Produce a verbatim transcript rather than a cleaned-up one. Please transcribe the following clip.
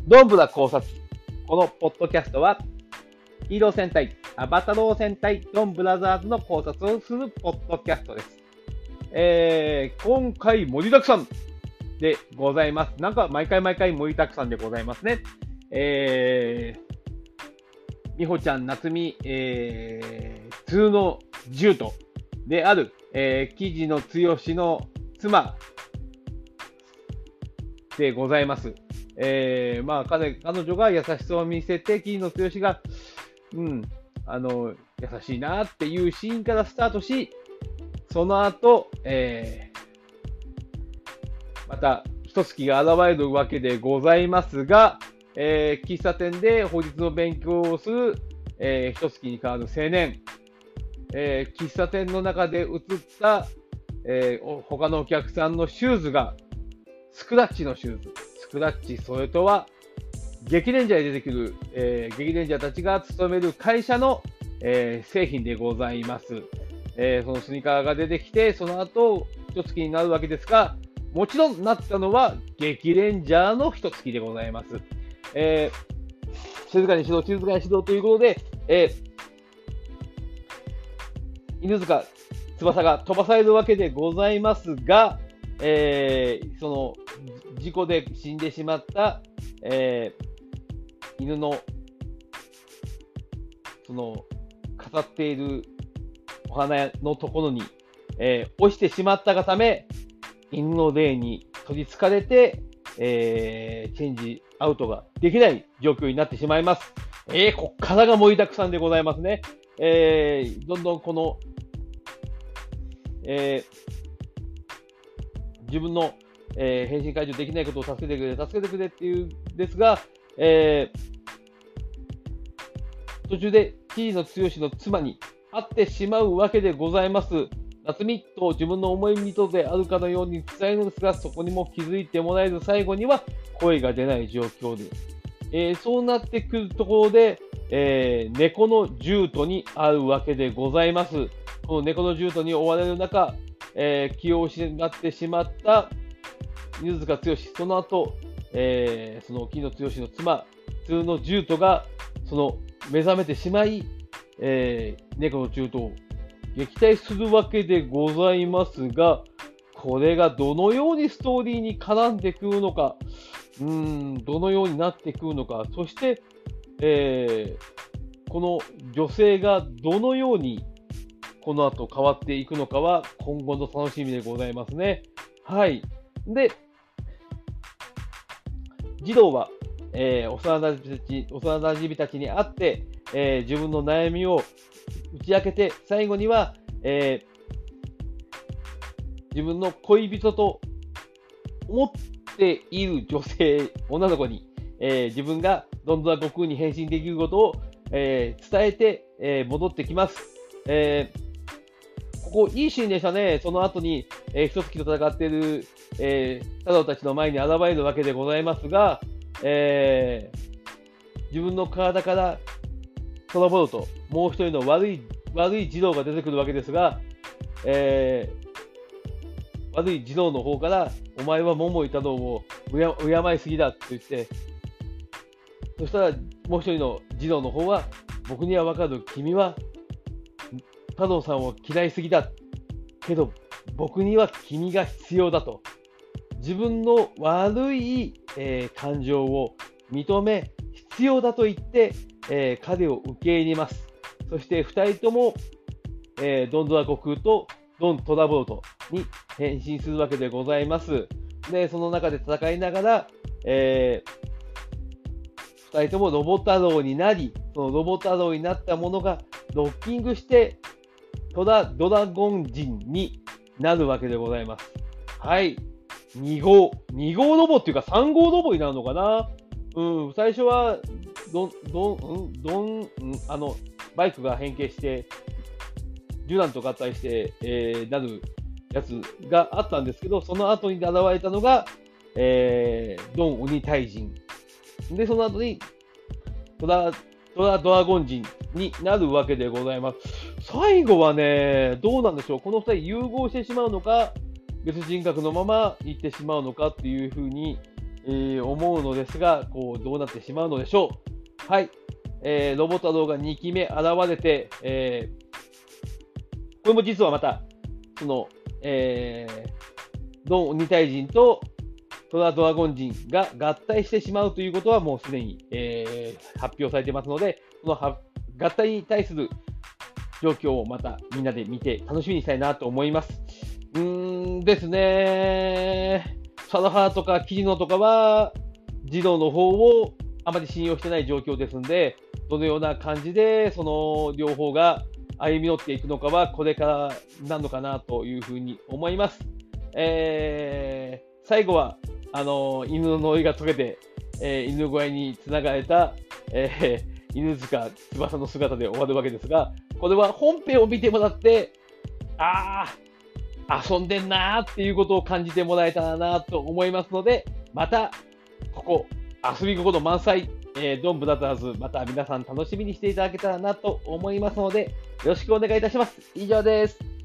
ドンブラ考察。このポッドキャストは、ヒーロー戦隊、アバタロー戦隊、ドンブラザーズの考察をするポッドキャストです。えー、今回盛りだくさんでございます。なんか毎回毎回盛りだくさんでございますね。えー、みほちゃん、なつみ、えー、通のジュートである、えー、記事のつよしの妻でございます。えー、まあ彼、彼女が優しさを見せて、記事のつよしが、うん、あの、優しいなっていうシーンからスタートし、その後、えー、また、一月が現れるわけでございますが、えー、喫茶店で法律の勉強をする、えー、一月に変わる青年、えー、喫茶店の中で映った、えー、他のお客さんのシューズが、スクラッチのシューズ。スクラッチ、それとは、激レンジャーに出てくる、えー、激レンジャーたちが勤める会社の、えー、製品でございます。えー、そのスニーカーが出てきて、その後、一月になるわけですが、もちろんなったのは、激レンジャーの一月でございます。えー、静かにしろ、静かにしろということで、えー、犬塚翼が飛ばされるわけでございますが、えー、その事故で死んでしまった、えー、犬のその飾っているお花のところに、えー、落ちてしまったがため、犬の霊に取りつかれて、えー、チェンジアウトができない状況になってしまいます。えー、こっからが盛りだくさんでございますね。えー、どんどんこの、えー自分の、えー、変身解除できないことを助けてくれ、助けてくれっていうんですが、えー、途中で記事の剛の妻に会ってしまうわけでございます。夏美と自分の思い人であるかのように伝えるのですが、そこにも気づいてもらえず、最後には声が出ない状況で、えー、そうなってくるところで、えー、猫の獣人に会うわけでございます。この猫の獣人に追われる中、えー、気を失ってしまった犬塚剛、その後、えー、その木野剛の妻、通の獣人がその目覚めてしまい、えー、猫の獣人を撃退するわけでございますが、これがどのようにストーリーに絡んでくるのか、うーん、どのようになってくるのか、そして、えー、この女性がどのようにこの後変わっていくのかは今後の楽しみでございますね。はい。で、児童は、えー、幼なじみたち、幼なじみたちに会って、えー、自分の悩みを打ち明けて、最後には、えー、自分の恋人と思っている女性、女の子に、えー、自分がどんどん悟空に変身できることを、えー、伝えて、えー、戻ってきます。えーここいいシーンでしたね。その後に、えー、一月と戦っている、えー、太郎たちの前に現れるわけでございますが、えー、自分の体からトラボルト、もう一人の悪い、悪い児童が出てくるわけですが、えー、悪い児童の方から、お前は桃井太郎を敬いすぎだと言って、そしたらもう一人の児童の方は、僕にはわかる、君は太郎さんを嫌いすぎだけど僕には君が必要だと自分の悪い、えー、感情を認め必要だと言って、えー、彼を受け入れます。そしてふたりとも、えー、ドンドラ悟空とドントラボルトに変身するわけでございます。でその中で戦いながら、えー、ふたりともロボ太郎になり、そのロボ太郎になったものがロッキングしてトラドラゴン人になるわけでございます。はい。に号。に号ロボっていうかさん号ロボになるのかな。うん。最初は、どん、どん、うん、どん、うん、あの、バイクが変形して、デュランと合体して、えー、なるやつがあったんですけど、その後に現れたのが、えー、ドン鬼退人。で、その後に、トラ、トラドラゴン人になるわけでございます。最後はね、どうなんでしょう。このふたり融合してしまうのか、別人格のまま行ってしまうのかっていうふうに、 えー思うのですが、こうどうなってしまうのでしょう。はい。えーロボ太郎がにきめ現れて、えーこれも実はまた、その、えードン鬼退陣とトラドラゴン人が合体してしまうということはもうすでに、えー発表されていますので、そのは合体に対する状況をまたみんなで見て楽しみにしたいなと思います。うーんですね、サラハとかキジノとかは、児童の方をあまり信用してない状況ですんで、どのような感じでその両方が歩み寄っていくのかは、これからなのかなというふうに思います。えー最後は、あの犬の呪いが解けて、えー犬小屋につながれた、えー犬塚翼の姿で終わるわけですが、これは本編を見てもらって、ああ、遊んでんなーっていうことを感じてもらえたらなと思いますので、また、ここ、遊び心満載、えードンブラザーズ、また皆さん楽しみにしていただけたらなと思いますので、よろしくお願いいたします。以上です。